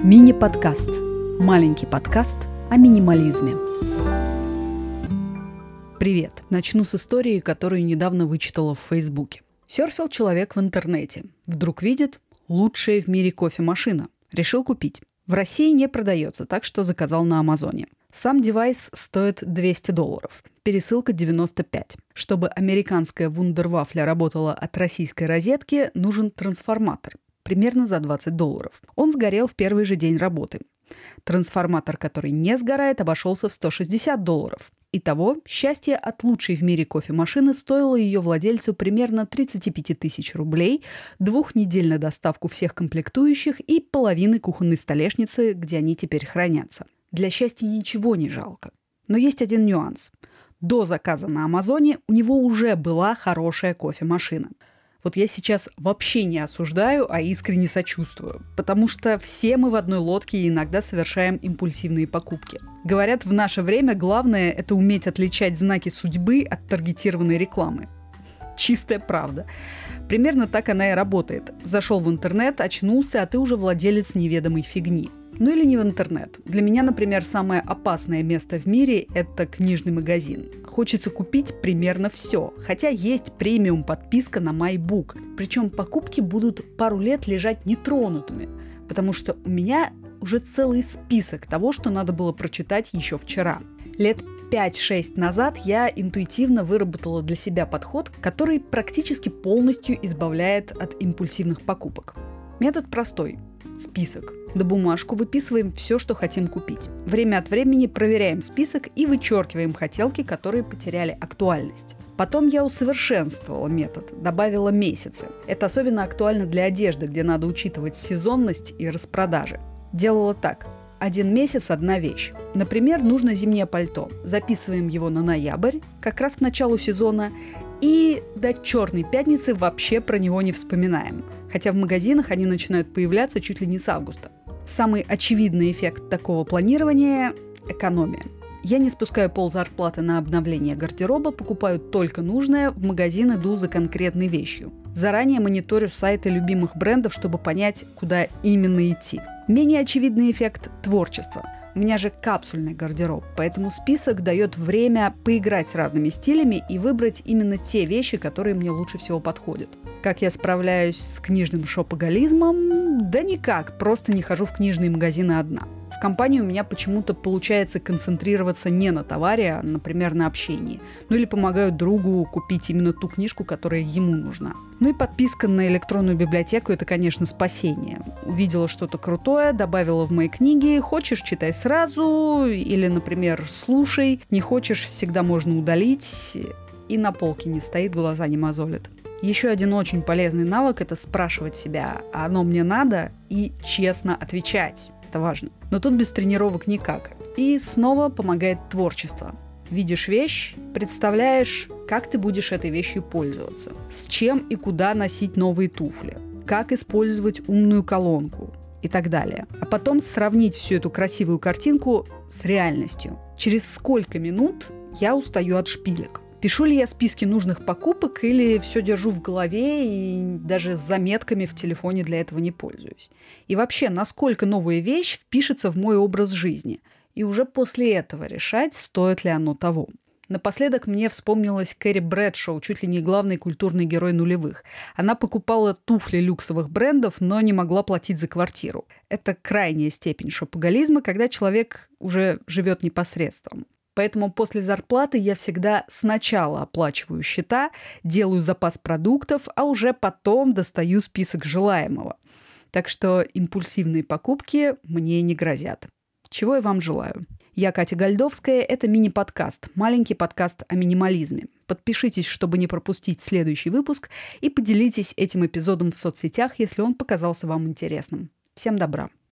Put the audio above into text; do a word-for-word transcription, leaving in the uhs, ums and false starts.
Мини-подкаст. Маленький подкаст о минимализме. Привет! Начну с истории, которую недавно вычитала в Фейсбуке. Серфил человек в интернете. Вдруг видит лучшая в мире кофемашина. Решил купить. В России не продается, так что заказал на Амазоне. Сам девайс стоит двести долларов. Пересылка девяносто пять. Чтобы американская вундервафля работала от российской розетки, нужен трансформатор. Примерно за двадцать долларов. Он сгорел в первый же день работы. Трансформатор, который не сгорает, обошелся в сто шестьдесят долларов. Итого, счастье от лучшей в мире кофемашины стоило ее владельцу примерно тридцать пять тысяч рублей, двух недель на доставку всех комплектующих и половины кухонной столешницы, где они теперь хранятся. Для счастья ничего не жалко. Но есть один нюанс. До заказа на Амазоне у него уже была хорошая кофемашина. Вот я сейчас вообще не осуждаю, а искренне сочувствую, потому что все мы в одной лодке и иногда совершаем импульсивные покупки. Говорят, в наше время главное – это уметь отличать знаки судьбы от таргетированной рекламы. Чистая правда. Примерно так она и работает. Зашел в интернет, очнулся, а ты уже владелец неведомой фигни. Ну или не в интернет. Для меня, например, самое опасное место в мире – это книжный магазин. Хочется купить примерно все, хотя есть премиум подписка на MyBook. Причем покупки будут пару лет лежать нетронутыми, потому что у меня уже целый список того, что надо было прочитать еще вчера. Лет пять-шесть назад я интуитивно выработала для себя подход, который практически полностью избавляет от импульсивных покупок. Метод простой. Список. На бумажку выписываем все, что хотим купить. Время от времени проверяем список и вычеркиваем хотелки, которые потеряли актуальность. Потом я усовершенствовала метод, добавила месяцы. Это особенно актуально для одежды, где надо учитывать сезонность и распродажи. Делала так. Один месяц – одна вещь. Например, нужно зимнее пальто. Записываем его на ноябрь, как раз к началу сезона, и до Черной пятницы вообще про него не вспоминаем. Хотя в магазинах они начинают появляться чуть ли не с августа. Самый очевидный эффект такого планирования – экономия. Я не спускаю ползарплаты на обновление гардероба, покупаю только нужное, в магазин иду за конкретной вещью. Заранее мониторю сайты любимых брендов, чтобы понять, куда именно идти. Менее очевидный эффект – творчество. У меня же капсульный гардероб, поэтому список дает время поиграть с разными стилями и выбрать именно те вещи, которые мне лучше всего подходят. Как я справляюсь с книжным шопоголизмом? Да никак, просто не хожу в книжные магазины одна. В компании у меня почему-то получается концентрироваться не на товаре, а, например, на общении. Ну или помогаю другу купить именно ту книжку, которая ему нужна. Ну и подписка на электронную библиотеку – это, конечно, спасение. Увидела что-то крутое, добавила в мои книги. Хочешь – читай сразу. Или, например, слушай. Не хочешь – всегда можно удалить. И на полке не стоит, глаза не мозолит. Еще один очень полезный навык – это спрашивать себя, а оно мне надо, и честно отвечать. Это важно. Но тут без тренировок никак. И снова помогает творчество. Видишь вещь, представляешь, как ты будешь этой вещью пользоваться, с чем и куда носить новые туфли, как использовать умную колонку и так далее. А потом сравнить всю эту красивую картинку с реальностью. Через сколько минут я устаю от шпилек? Пишу ли я списки нужных покупок или все держу в голове и даже с заметками в телефоне для этого не пользуюсь? И вообще, насколько новая вещь впишется в мой образ жизни? И уже после этого решать, стоит ли оно того. Напоследок мне вспомнилась Кэрри Брэдшоу, чуть ли не главный культурный герой нулевых. Она покупала туфли люксовых брендов, но не могла платить за квартиру. Это крайняя степень шопоголизма, когда человек уже живет непосредством. Поэтому после зарплаты я всегда сначала оплачиваю счета, делаю запас продуктов, а уже потом достаю список желаемого. Так что импульсивные покупки мне не грозят. Чего я вам желаю. Я Катя Гольдовская, это мини-подкаст, маленький подкаст о минимализме. Подпишитесь, чтобы не пропустить следующий выпуск, и поделитесь этим эпизодом в соцсетях, если он показался вам интересным. Всем добра!